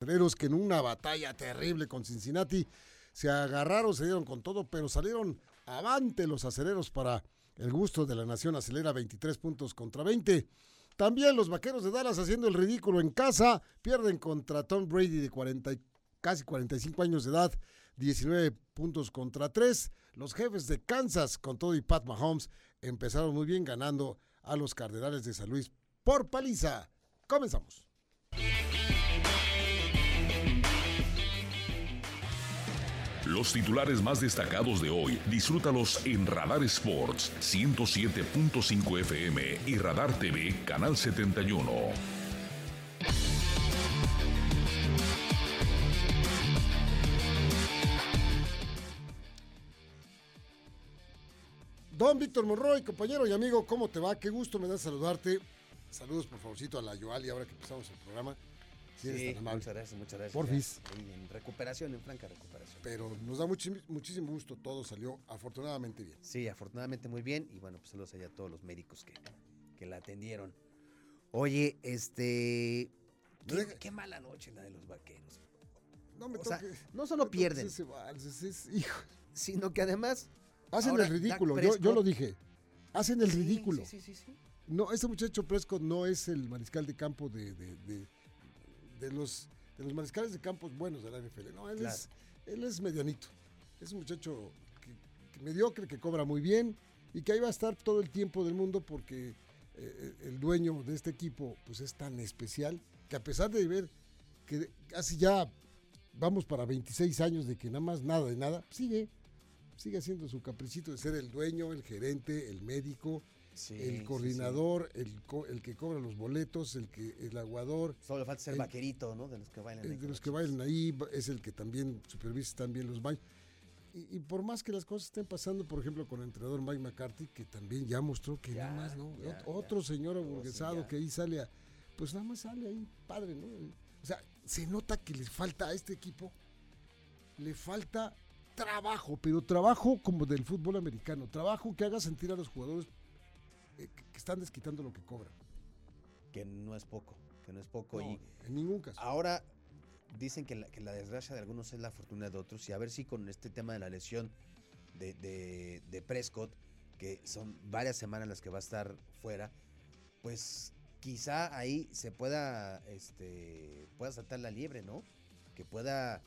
Aceleros que en una batalla terrible con Cincinnati se agarraron, se dieron con todo, pero salieron avante los aceleros para el gusto de la nación acelera, 23 puntos contra 20. También los Vaqueros de Dallas haciendo el ridículo en casa, pierden contra Tom Brady de casi 45 años de edad, 19 puntos contra 3. Los Jefes de Kansas, con todo y Pat Mahomes, empezaron muy bien ganando a los Cardenales de San Luis por paliza. Comenzamos. Los titulares más destacados de hoy, disfrútalos en Radar Sports 107.5 FM y Radar TV, Canal 71. Don Víctor Monroy, compañero y amigo, ¿cómo te va? Qué gusto me da saludarte. Saludos, por favorcito, a la Yoali, ahora que empezamos el programa. Sí, muchas gracias. Porfis. En recuperación, en franca recuperación. Pero nos da muchísimo gusto, todo salió afortunadamente bien. Sí, afortunadamente muy bien, y bueno, pues saludos allá a todos los médicos que la atendieron. Oye, qué mala noche la de los Vaqueros. No me toques. toques. No solo pierden, hijo, sino que además hacen el ridículo. Yo lo dije. Hacen el ridículo. Sí. No, este muchacho Prescott no es el mariscal de campo de los mariscales de campos buenos de la NFL. No, él es medianito. Es un muchacho que mediocre, que cobra muy bien y que ahí va a estar todo el tiempo del mundo porque el dueño de este equipo pues es tan especial que a pesar de ver que casi ya vamos para 26 años de que nada más nada de nada, sigue haciendo su caprichito de ser el dueño, el gerente, el médico, el coordinador, sí. El que cobra los boletos, el aguador. Solo le falta ser vaquerito, ¿no? De los que bailan ahí. De los que bailan ahí, es el que también supervisa también los baños. Y por más que las cosas estén pasando, por ejemplo, con el entrenador Mike McCarthy, que también ya mostró que nada más, ¿no? Otro señor aburguesado que ahí sale pues nada más sale ahí, padre, ¿no? O sea, se nota que les falta a este equipo, le falta trabajo, pero trabajo como del fútbol americano, trabajo que haga sentir a los jugadores que están desquitando lo que cobran. Que no es poco. No, y en ningún caso. Ahora dicen que la desgracia de algunos es la fortuna de otros, y a ver si con este tema de la lesión de Prescott, que son varias semanas las que va a estar fuera, pues quizá ahí se pueda saltar la liebre, ¿no? Que pueda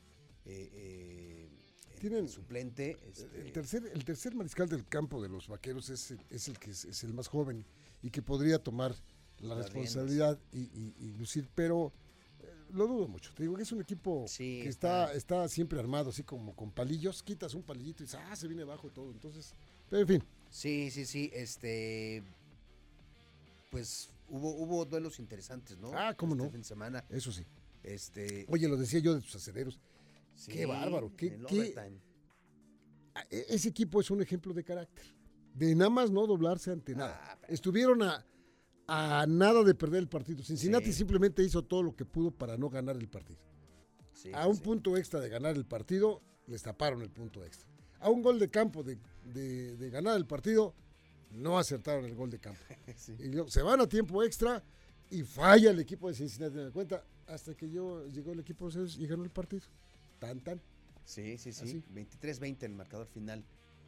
tienen suplente. El tercer mariscal del campo de los Vaqueros es el que es el más joven y que podría tomar la responsabilidad y lucir, pero lo dudo mucho. Te digo que es un equipo que está siempre armado, así como con palillos. Quitas un palillito y se viene abajo todo. Entonces, pero en fin. Sí. Pues hubo duelos interesantes, ¿no? ¿Cómo no? Fin de semana. Eso sí. Oye, lo decía yo de tus aceleros. Sí, qué bárbaro. Ese equipo es un ejemplo de carácter. De nada más no doblarse ante nada. Estuvieron a nada de perder el partido. Cincinnati simplemente hizo todo lo que pudo para no ganar el partido. A un punto extra de ganar el partido, les taparon el punto extra. A un gol de campo de ganar el partido, no acertaron el gol de campo. Y se van a tiempo extra y falla el equipo de Cincinnati. Me da cuenta, hasta que llegó el equipo de Ceros y ganó el partido. Tan. Sí. 23-20 el marcador final.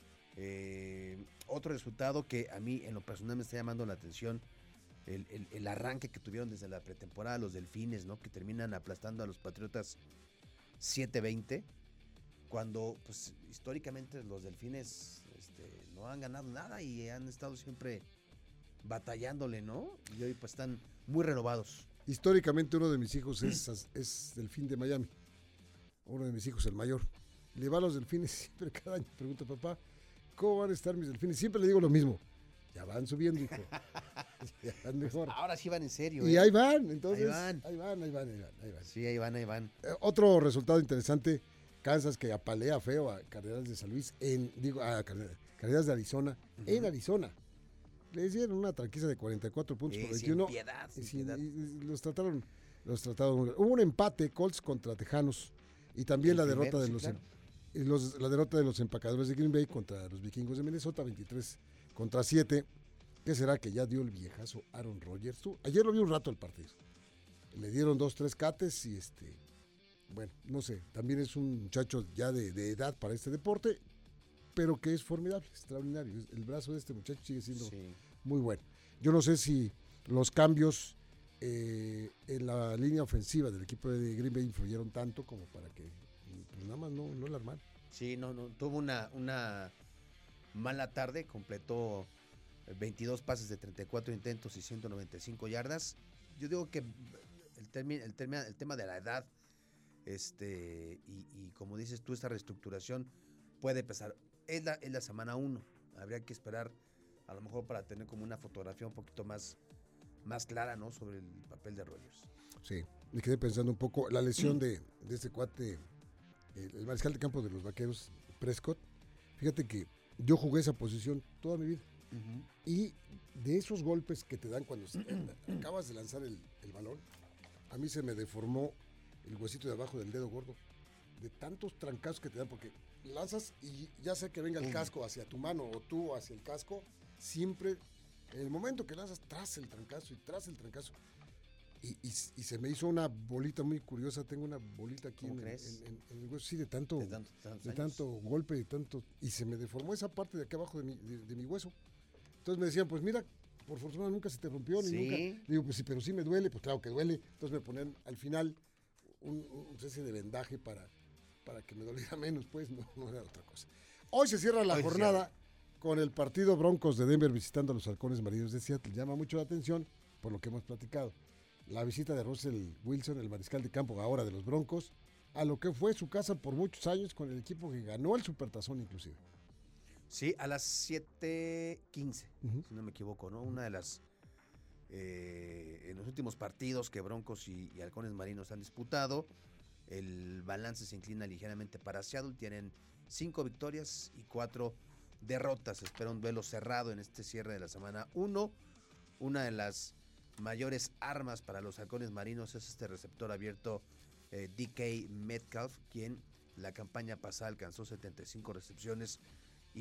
Otro resultado que a mí en lo personal me está llamando la atención, el arranque que tuvieron desde la pretemporada los Delfines, ¿no? Que terminan aplastando a los Patriotas 7-20, cuando pues históricamente los Delfines no han ganado nada y han estado siempre batallándole, ¿no? Y hoy pues están muy renovados. Históricamente uno de mis hijos es Delfín de Miami. Uno de mis hijos, el mayor. Le va a los Delfines siempre cada año. Pregunta, papá, ¿cómo van a estar mis Delfines? Siempre le digo lo mismo. Ya van subiendo, hijo. Ya van mejor. Ahora sí van en serio. Y ahí van, entonces. Ahí van. Sí, ahí van. Otro resultado interesante, Kansas que apalea feo a Cardenales de San Luis, Cardenales de Arizona, en Arizona. Le dieron una tranquiza de 44 puntos por 21. Sin piedad. Y los trataron muy bien. Hubo un empate, Colts contra Tejanos. Y también la derrota de los empacadores de Green Bay contra los vikingos de Minnesota, 23-7. ¿Qué será que ya dio el viejazo Aaron Rodgers? Ayer lo vi un rato el partido. Le dieron 2-3 cates y bueno, no sé, también es un muchacho ya de edad para este deporte, pero que es formidable, extraordinario. El brazo de este muchacho sigue siendo muy bueno. Yo no sé si los cambios en la línea ofensiva del equipo de Green Bay influyeron tanto como para que pues nada más no la armaran. Sí, no, tuvo una mala tarde, completó 22 pases de 34 intentos y 195 yardas. Yo digo que el tema de la edad, y como dices tú, esta reestructuración puede pesar. Es la semana 1, habría que esperar a lo mejor para tener como una fotografía un poquito más clara, ¿no?, sobre el papel de Rodgers. Sí, me quedé pensando un poco, la lesión de este cuate, el mariscal de campo de los Vaqueros, Prescott. Fíjate que yo jugué esa posición toda mi vida. Uh-huh. Y de esos golpes que te dan cuando acabas de lanzar el balón, a mí se me deformó el huesito de abajo del dedo gordo, de tantos trancazos que te dan, porque lanzas y ya sea que venga el casco hacia tu mano o tú hacia el casco, siempre en el momento que lanzas tras el trancazo y se me hizo una bolita muy curiosa. Tengo una bolita aquí en el hueso, sí, de tanto golpe, y se me deformó esa parte de acá abajo de mi hueso. Entonces me decían, pues mira, por fortuna nunca se te rompió, ni nunca. Digo, pues sí, pero sí me duele, pues claro que duele. Entonces me ponían al final una especie de vendaje para que me doliera menos, pues no era otra cosa. Hoy se cierra la jornada con el partido Broncos de Denver visitando a los Halcones Marinos de Seattle. Llama mucho la atención por lo que hemos platicado. La visita de Russell Wilson, el mariscal de campo ahora de los Broncos, a lo que fue su casa por muchos años con el equipo que ganó el Supertazón inclusive. Sí, a las 7:15, si no me equivoco, ¿no? Una de las en los últimos partidos que Broncos y Halcones Marinos han disputado, el balance se inclina ligeramente para Seattle. Tienen 5 victorias y 4 derrotas. Espera un duelo cerrado en este cierre de la semana 1. Una de las mayores armas para los Halcones Marinos es este receptor abierto, DK Metcalf, quien la campaña pasada alcanzó 75 recepciones y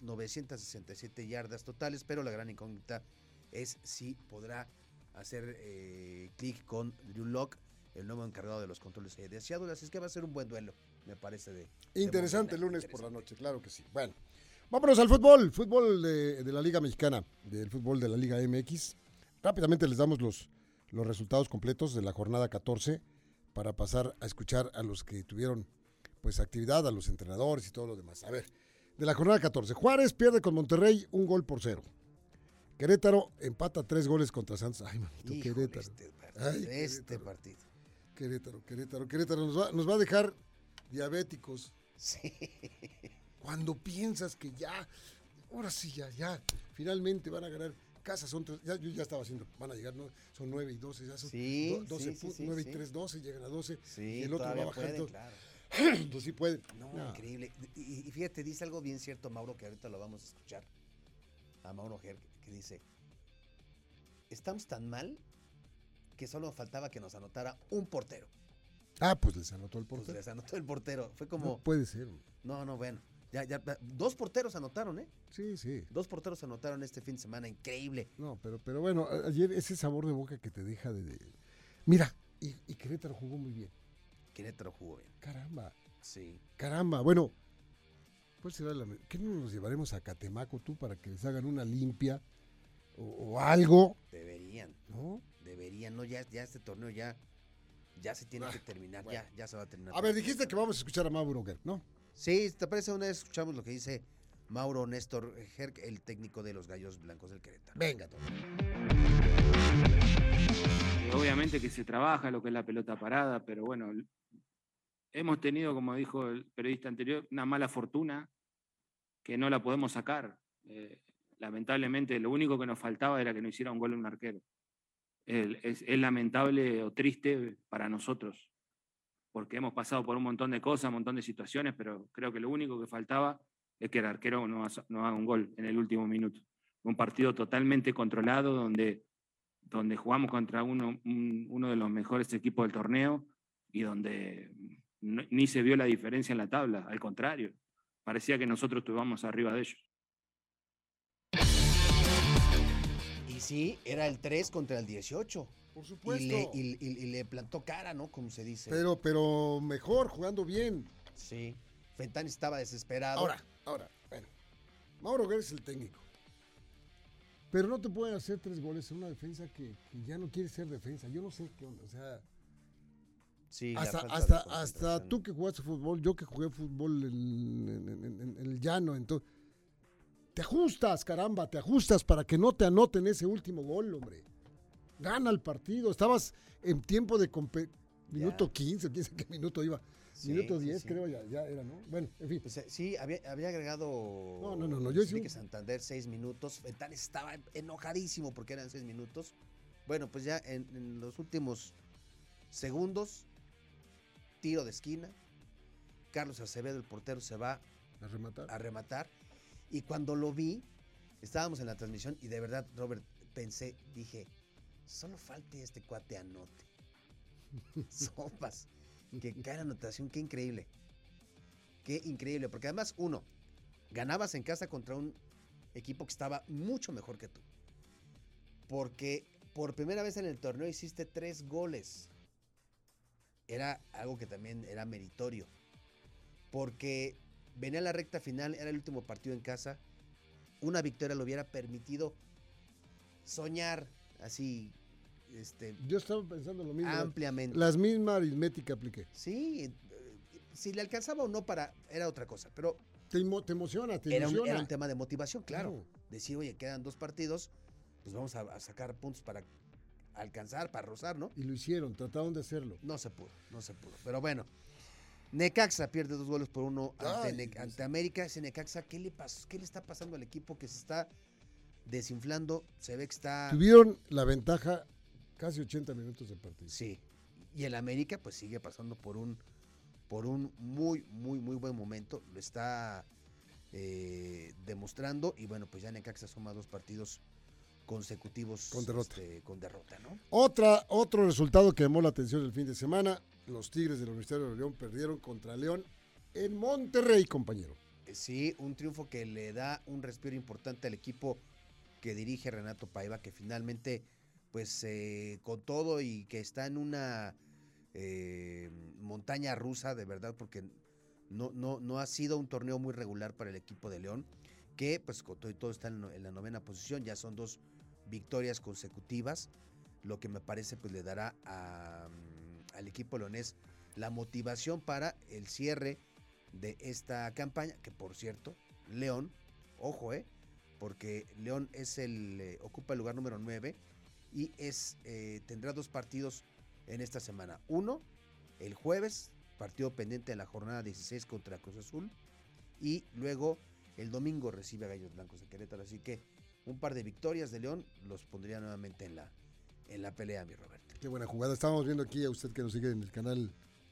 967 yardas totales, pero la gran incógnita es si podrá hacer clic con Drew Lock, el nuevo encargado de los controles de Seattle. Así es que va a ser un buen duelo, me parece. Interesante el lunes por la noche, claro que sí. Bueno, vámonos al fútbol de la Liga Mexicana, del fútbol de la Liga MX. Rápidamente les damos los resultados completos de la jornada 14 para pasar a escuchar a los que tuvieron pues actividad, a los entrenadores y todo lo demás. A ver, de la jornada 14, Juárez pierde con Monterrey 1-0. Querétaro empata 3 goles contra Santos. Ay, manito, hijo, Querétaro. Este partido. Querétaro nos va a dejar diabéticos. Sí. Cuando piensas que ya, ahora sí, ya, finalmente van a ganar. Casas son 3, yo ya estaba haciendo, van a llegar, ¿no? Son 9 y 12, ya son 12 puntos, 9 y 3, 12, llegan a 12, y el otro va a bajar. Claro. Pues sí pueden. No, increíble. Y fíjate, dice algo bien cierto, Mauro, que ahorita lo vamos a escuchar. A Mauro Ger, que dice: estamos tan mal que solo faltaba que nos anotara un portero. Pues les anotó el portero. Fue como... No puede ser. No, bueno. Ya, 2 porteros anotaron, ¿eh? Sí. 2 porteros anotaron este fin de semana, increíble. No, pero bueno, ayer ese sabor de boca que te deja Mira, y Querétaro jugó muy bien. Caramba. Sí. Caramba, bueno, pues será ¿qué no nos llevaremos a Catemaco tú para que les hagan una limpia o algo? Deberían. ¿No? No, ya este torneo ya se tiene que terminar, bueno. ya se va a terminar. A ver, dijiste que vamos a escuchar a Mauro Ger, ¿no? Sí, ¿te parece? Una vez escuchamos lo que dice Mauro Néstor Ger, el técnico de los Gallos Blancos del Querétaro. Venga, todo. Obviamente que se trabaja lo que es la pelota parada, pero bueno, hemos tenido, como dijo el periodista anterior, una mala fortuna que no la podemos sacar. Lamentablemente, lo único que nos faltaba era que no hiciera un gol un arquero. Es lamentable o triste para nosotros, porque hemos pasado por un montón de cosas, un montón de situaciones, pero creo que lo único que faltaba es que el arquero no haga un gol en el último minuto. Un partido totalmente controlado, donde jugamos contra uno de los mejores equipos del torneo y donde ni se vio la diferencia en la tabla, al contrario, parecía que nosotros estuvimos arriba de ellos. Y sí, era el 3 contra el 18. Por supuesto. Y le plantó cara, ¿no? Como se dice. Pero mejor, jugando bien. Sí. Fentanes estaba desesperado. Ahora, bueno. Mauro Guerra es el técnico. Pero no te pueden hacer 3 goles en una defensa que ya no quiere ser defensa. Yo no sé qué onda. O sea, sí, hasta tú que jugaste fútbol, yo que jugué fútbol en el llano, entonces, te ajustas, caramba, te ajustas para que no te anoten ese último gol, hombre. Gana el partido. Estabas en tiempo de minuto 15, quién sabe qué minuto iba. Sí, minuto 10, sí. Creo ya era, ¿no? Bueno, en fin. Pues, sí, había agregado. No. Yo que Santander 6 minutos. Fentanes estaba enojadísimo porque eran 6 minutos. Bueno, pues ya en los últimos segundos, tiro de esquina. Carlos Acevedo, el portero, se va a rematar. Y cuando lo vi, estábamos en la transmisión y de verdad, Robert, dije, solo falte este cuate anote. Sopas. Que cae la anotación, qué increíble, porque además, ganabas en casa contra un equipo que estaba mucho mejor que tú, porque por primera vez en el torneo hiciste 3 goles, era algo que también era meritorio, porque venía la recta final, era el último partido en casa, una victoria lo hubiera permitido soñar así. Yo estaba pensando lo mismo. Ampliamente. Las mismas aritmética apliqué. Sí, si le alcanzaba o no era otra cosa, pero te emociona, era un tema de motivación, claro. Decir, oye, quedan 2 partidos, pues vamos a sacar puntos para alcanzar, para rozar, ¿no? Y lo hicieron, trataron de hacerlo. No se pudo. Pero bueno, Necaxa pierde 2-1 ante América. Ese Necaxa, ¿qué le pasó? ¿Qué le está pasando al equipo que se está desinflando? Se ve que está... Tuvieron la ventaja casi 80 minutos de partido. Sí, y el América pues sigue pasando por un muy buen momento, lo está demostrando, y bueno, pues ya Necaxa suma 2 partidos consecutivos con derrota, ¿no? Otro resultado que llamó la atención el fin de semana, los Tigres de la Universidad de León perdieron contra León en Monterrey, compañero. Sí, un triunfo que le da un respiro importante al equipo que dirige Renato Paiva, que finalmente pues con todo y que está en una montaña rusa de verdad, porque no ha sido un torneo muy regular para el equipo de León, que pues con todo y todo está en la 9ª posición, ya son 2 victorias consecutivas, lo que me parece pues le dará al equipo leonés la motivación para el cierre de esta campaña, que por cierto, León, ojo, porque León es ocupa el lugar número 9 y tendrá 2 partidos en esta semana. Uno, el jueves, partido pendiente de la jornada 16 contra Cruz Azul, y luego el domingo recibe a Gallos Blancos de Querétaro, así que un par de victorias de León los pondría nuevamente en la pelea, mi Roberto. Qué buena jugada. Estábamos viendo aquí, a usted que nos sigue en el canal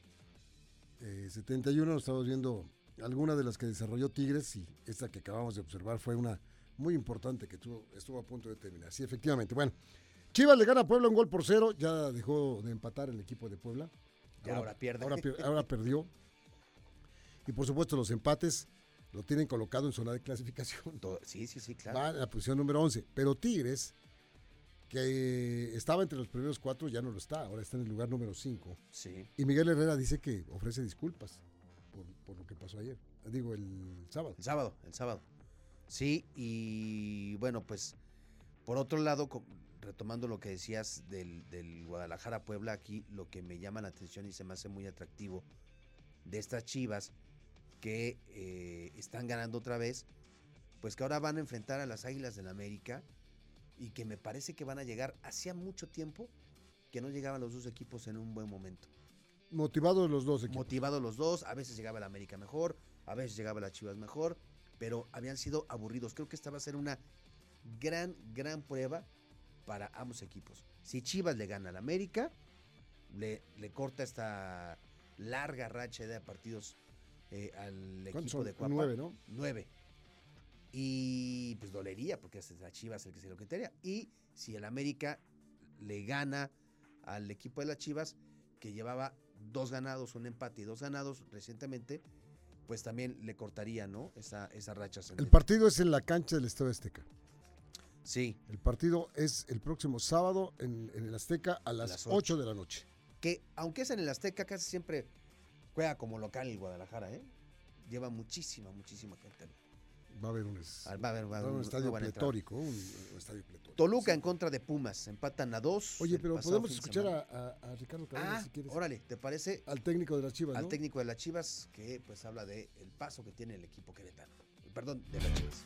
71, nos estamos viendo algunas de las que desarrolló Tigres, y esta que acabamos de observar fue una muy importante que estuvo a punto de terminar. Sí, efectivamente. Bueno, Chivas le gana a Puebla 1-0, ya dejó de empatar el equipo de Puebla. Ahora pierde. Ahora perdió. Y por supuesto los empates lo tienen colocado en zona de clasificación. Sí, claro. Va a la posición número 11. Pero Tigres, que estaba entre los primeros 4, ya no lo está. Ahora está en el lugar número 5. Sí. Y Miguel Herrera dice que ofrece disculpas por lo que pasó ayer. Digo, el sábado. El sábado. Sí, y bueno, pues por otro lado, retomando lo que decías del Guadalajara Puebla, aquí lo que me llama la atención y se me hace muy atractivo de estas Chivas que están ganando otra vez, pues que ahora van a enfrentar a las Águilas del América, y que me parece que van a llegar, hacía mucho tiempo que no llegaban los 2 equipos en un buen momento. Motivados los 2 equipos. Motivados los 2, a veces llegaba el América mejor, a veces llegaba las Chivas mejor, pero habían sido aburridos. Creo que esta va a ser una gran prueba para ambos equipos. Si Chivas le gana al América, le corta esta larga racha de partidos al equipo de Cuapa. 9, ¿no? 9. Y pues dolería, porque es la Chivas el que se lo quitaría. Y si el América le gana al equipo de las Chivas, que llevaba 2 ganados, un empate y 2 ganados recientemente, pues también le cortaría, ¿no? Esa racha. El partido es en la cancha del Estadio Azteca. Sí. El partido es el próximo sábado en el Azteca a las 8 de la noche. Que aunque es en el Azteca, casi siempre juega como local el Guadalajara, ¿eh? Lleva muchísima gente. Va a haber un estadio pletórico, Toluca en contra de Pumas, empatan a 2. Oye, pero podemos escuchar a Ricardo Cadena si quieres. Órale, ¿te parece? Al técnico de las Chivas, Al técnico de las Chivas, que pues habla de el paso que tiene el equipo queretano. Perdón, de las Chivas.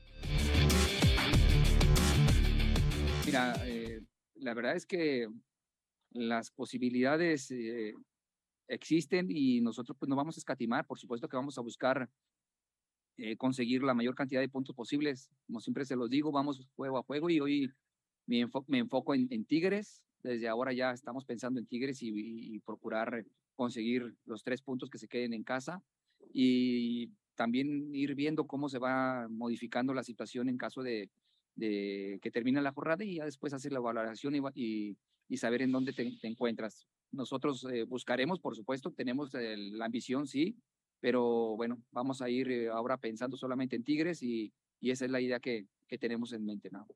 Mira, la verdad es que las posibilidades existen y nosotros pues no vamos a escatimar. Por supuesto que vamos a buscar conseguir la mayor cantidad de puntos posibles. Como siempre se los digo, vamos juego a juego y hoy me enfoco en Tigres. Desde ahora ya estamos pensando en Tigres y procurar conseguir los 3 puntos que se queden en casa y también ir viendo cómo se va modificando la situación en caso de que termine la jornada y ya después hacer la valoración y saber en dónde te encuentras. Nosotros buscaremos, por supuesto, tenemos la ambición, sí, pero bueno, vamos a ir ahora pensando solamente en Tigres y esa es la idea que tenemos en mente, ¿no?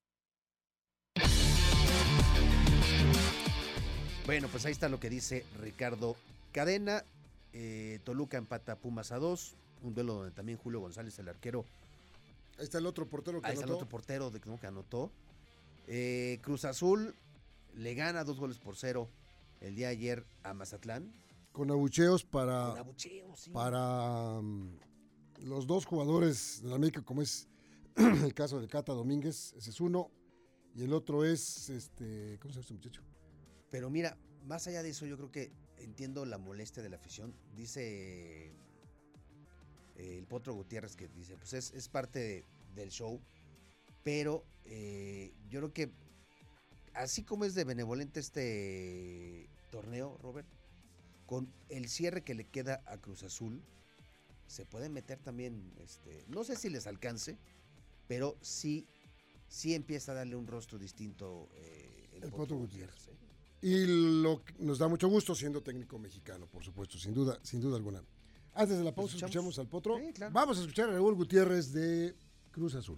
Bueno, pues ahí está lo que dice Ricardo Cadena. Toluca empata a Pumas a 2, un duelo donde también Julio González, el arquero. Ahí está el otro portero que anotó. Ahí está el otro portero que anotó. Cruz Azul le gana 2-0 el día de ayer a Mazatlán. Con abucheos para sí. Los 2 jugadores de la América, como es el caso de Cata Domínguez, ese es uno, y el otro es, ¿cómo se llama este muchacho? Pero mira, más allá de eso, yo creo que entiendo la molestia de la afición. Dice el Potro Gutiérrez que dice, pues es parte del show, pero yo creo que así como es de benevolente este torneo, Robert, con el cierre que le queda a Cruz Azul, se puede meter también, no sé si les alcance, pero sí empieza a darle un rostro distinto el Potro Gutiérrez. Y nos da mucho gusto siendo técnico mexicano, por supuesto, sin duda alguna. Antes de la pausa escuchamos al Potro. Sí, claro. Vamos a escuchar a Raúl Gutiérrez de Cruz Azul.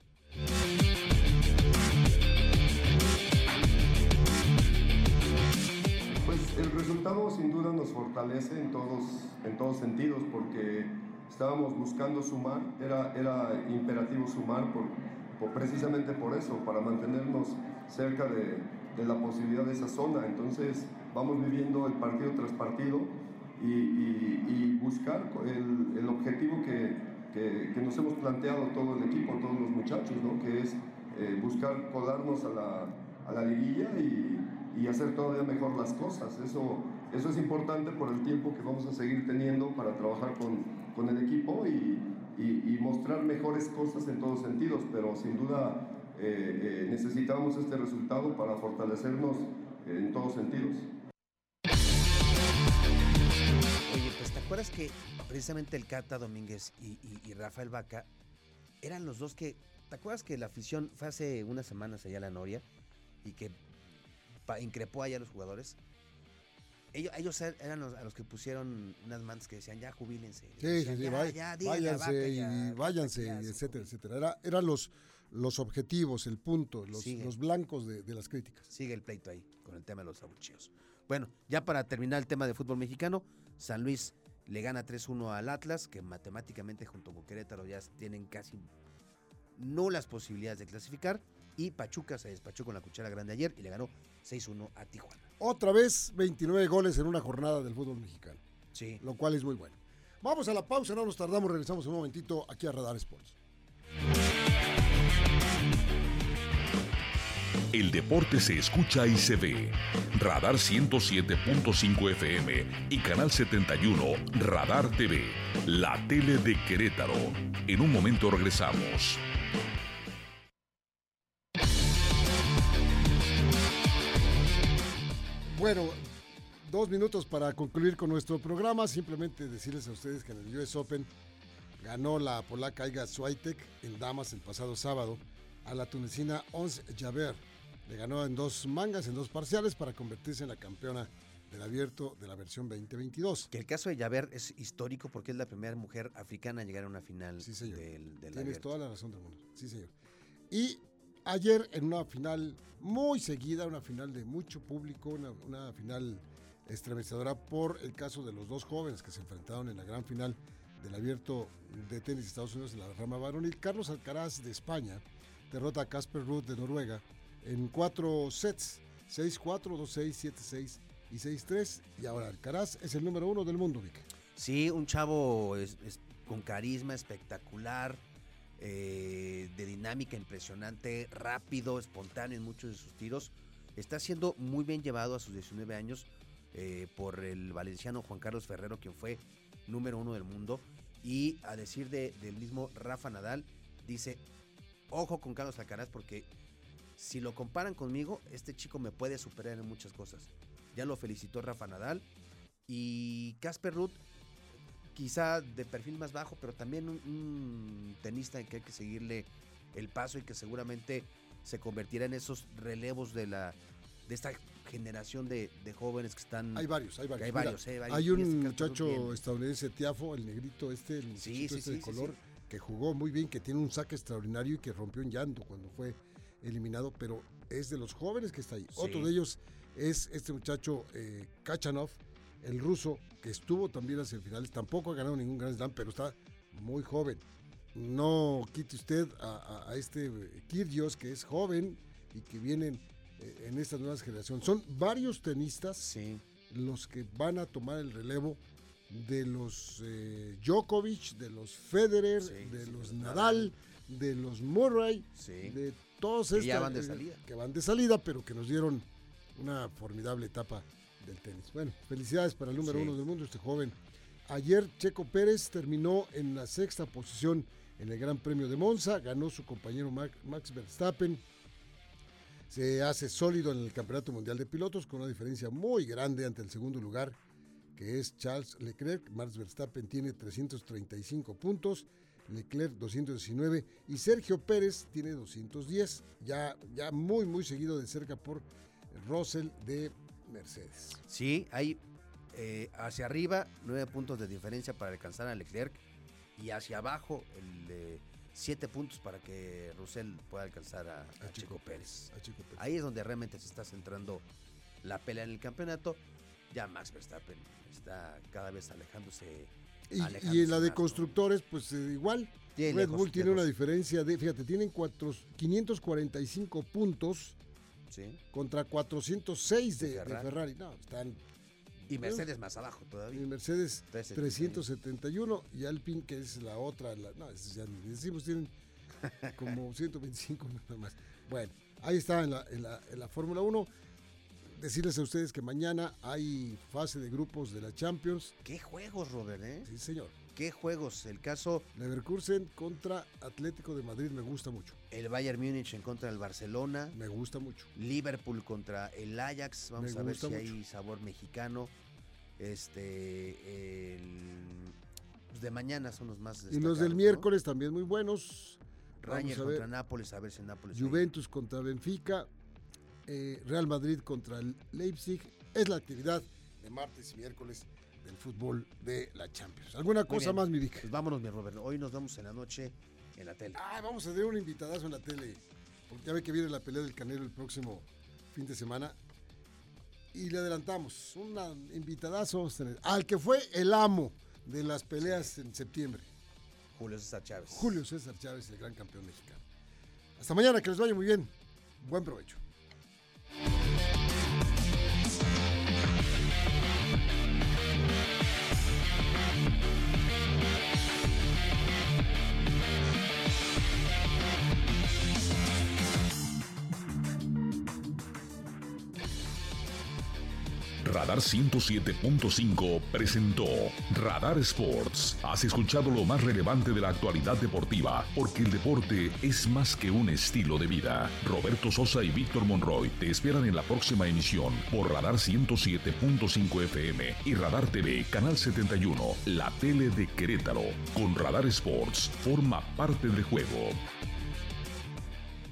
Pues el resultado sin duda nos fortalece en todos sentidos, porque estábamos buscando sumar, era imperativo sumar precisamente por eso, para mantenernos cerca de la posibilidad de esa zona. Entonces vamos viviendo el partido tras partido y buscar el objetivo que nos hemos planteado todo el equipo, todos los muchachos, ¿no? Que es buscar colarnos a la liguilla y hacer todavía mejor las cosas. Eso es importante por el tiempo que vamos a seguir teniendo para trabajar con el equipo y mostrar mejores cosas en todos sentidos, pero sin duda necesitamos este resultado para fortalecernos en todos sentidos. Oye, pues ¿te acuerdas que precisamente el Cata Domínguez y Rafael Vaca eran los dos que, ¿te acuerdas que la afición fue hace unas semanas allá a la Noria y que increpó allá a los jugadores? Ellos eran a los que pusieron unas mantas que decían, ya jubílense. Sí, váyanse, etcétera. Eran los objetivos, el punto, los blancos de las críticas. Sigue el pleito ahí con el tema de los abucheos. Bueno, ya para terminar el tema de fútbol mexicano, San Luis le gana 3-1 al Atlas, que matemáticamente junto con Querétaro ya tienen casi nulas posibilidades de clasificar, y Pachuca se despachó con la cuchara grande ayer y le ganó 6-1 a Tijuana. Otra vez 29 goles en una jornada del fútbol mexicano. Sí. Lo cual es muy bueno. Vamos a la pausa, no nos tardamos, regresamos un momentito aquí a Radar Sports. El deporte se escucha y se ve. Radar 107.5 FM y Canal 71 Radar TV, la tele de Querétaro. En un momento regresamos. Bueno, 2 minutos para concluir con nuestro programa. Simplemente decirles a ustedes que en el US Open ganó la polaca Iga Swiatek en damas el pasado sábado a la tunecina Ons Jabeur. Le ganó en 2 mangas, en 2 parciales, para convertirse en la campeona del abierto de la versión 2022. Que el caso de Jabeur es histórico porque es la primera mujer africana en llegar a una final. Sí, señor. del Tienes abierto. toda la razón del mundo. Sí, señor. Y Ayer en una final muy seguida, una final de mucho público, una final estremecedora por el caso de los dos jóvenes que se enfrentaron en la gran final del Abierto de Tenis de Estados Unidos en la rama varonil. Carlos Alcaraz de España derrota a Casper Ruud de Noruega en 4 sets, 6-4, 2-6, 7-6 y 6-3. Y ahora Alcaraz es el número 1 del mundo, Vic. Sí, un chavo con carisma espectacular, de dinámica impresionante, rápido, espontáneo en muchos de sus tiros. Está siendo muy bien llevado a sus 19 años por el valenciano Juan Carlos Ferrero, quien fue número 1 del mundo. Y a decir del mismo Rafa Nadal, dice, ojo con Carlos Alcaraz, porque si lo comparan conmigo, este chico me puede superar en muchas cosas. Ya lo felicitó Rafa Nadal. Y Casper Ruud, quizá de perfil más bajo, pero también un tenista en que hay que seguirle el paso y que seguramente se convertirá en esos relevos de esta generación de jóvenes que están... Hay varios. Mira, hay un muchacho estadounidense, Tiafo, el negrito el muchachito de color, que jugó muy bien, que tiene un saque extraordinario y que rompió en llanto cuando fue eliminado, pero es de los jóvenes que está ahí. Sí. Otro de ellos es este muchacho Kachanov, el ruso, que estuvo también hacia el finales, tampoco ha ganado ningún Grand Slam, pero está muy joven. No quite usted a este Kyrgios, que es joven y que vienen en estas nuevas generaciones. Son varios tenistas los que van a tomar el relevo de los Djokovic, de los Federer, de los Nadal, de los Murray, de todos estos que ya van de salida. Que van de salida, pero que nos dieron una formidable etapa del tenis. Bueno, felicidades para el número 1 del mundo, este joven. Ayer Checo Pérez terminó en la 6ª posición en el Gran Premio de Monza, ganó su compañero Max Verstappen, se hace sólido en el Campeonato Mundial de Pilotos con una diferencia muy grande ante el segundo lugar, que es Charles Leclerc. Max Verstappen tiene 335 puntos, Leclerc 219 y Sergio Pérez tiene 210, ya muy seguido de cerca por Russell de Mercedes. Sí, hay hacia arriba 9 puntos de diferencia para alcanzar a Leclerc y hacia abajo 7 puntos para que Russell pueda alcanzar a Checo Pérez. Ahí es donde realmente se está centrando la pelea en el campeonato. Ya Max Verstappen está cada vez alejándose. Y en la de constructores, pues igual. Red Bull tiene una diferencia de, fíjate, tienen 545 puntos contra 406 de Ferrari. No, están... Y Mercedes más abajo todavía. Y Mercedes 371 y Alpine, que es la otra, no, ya ni decimos, tienen como 125 nada más. Bueno, ahí está en la Fórmula 1. Decirles a ustedes que mañana hay fase de grupos de la Champions. ¿Qué juegos, Robert? Sí, señor. ¿Qué juegos? El caso... Leverkusen contra Atlético de Madrid, me gusta mucho. El Bayern Múnich en contra del Barcelona. Me gusta mucho. Liverpool contra el Ajax. Vamos a ver si hay sabor mexicano. Pues de mañana son los más destacados. Y los del miércoles también muy buenos. Rangers contra Nápoles, a ver si Nápoles... Juventus contra Benfica. Real Madrid contra el Leipzig. Es la actividad de martes y miércoles del fútbol de la Champions. ¿Alguna cosa más, mi Vic? Pues vámonos, mi Robert. Hoy nos vemos en la noche en la tele. Vamos a tener un invitadazo en la tele, porque ya ve que viene la pelea del Canelo el próximo fin de semana. Y le adelantamos un invitadazo al que fue el amo de las peleas en septiembre. Julio César Chávez. Julio César Chávez, el gran campeón mexicano. Hasta mañana, que les vaya muy bien. Buen provecho. Radar 107.5 presentó Radar Sports. Has escuchado lo más relevante de la actualidad deportiva, porque el deporte es más que un estilo de vida. Roberto Sosa y Víctor Monroy te esperan en la próxima emisión por Radar 107.5 FM y Radar TV, Canal 71, la tele de Querétaro. Con Radar Sports, forma parte del juego.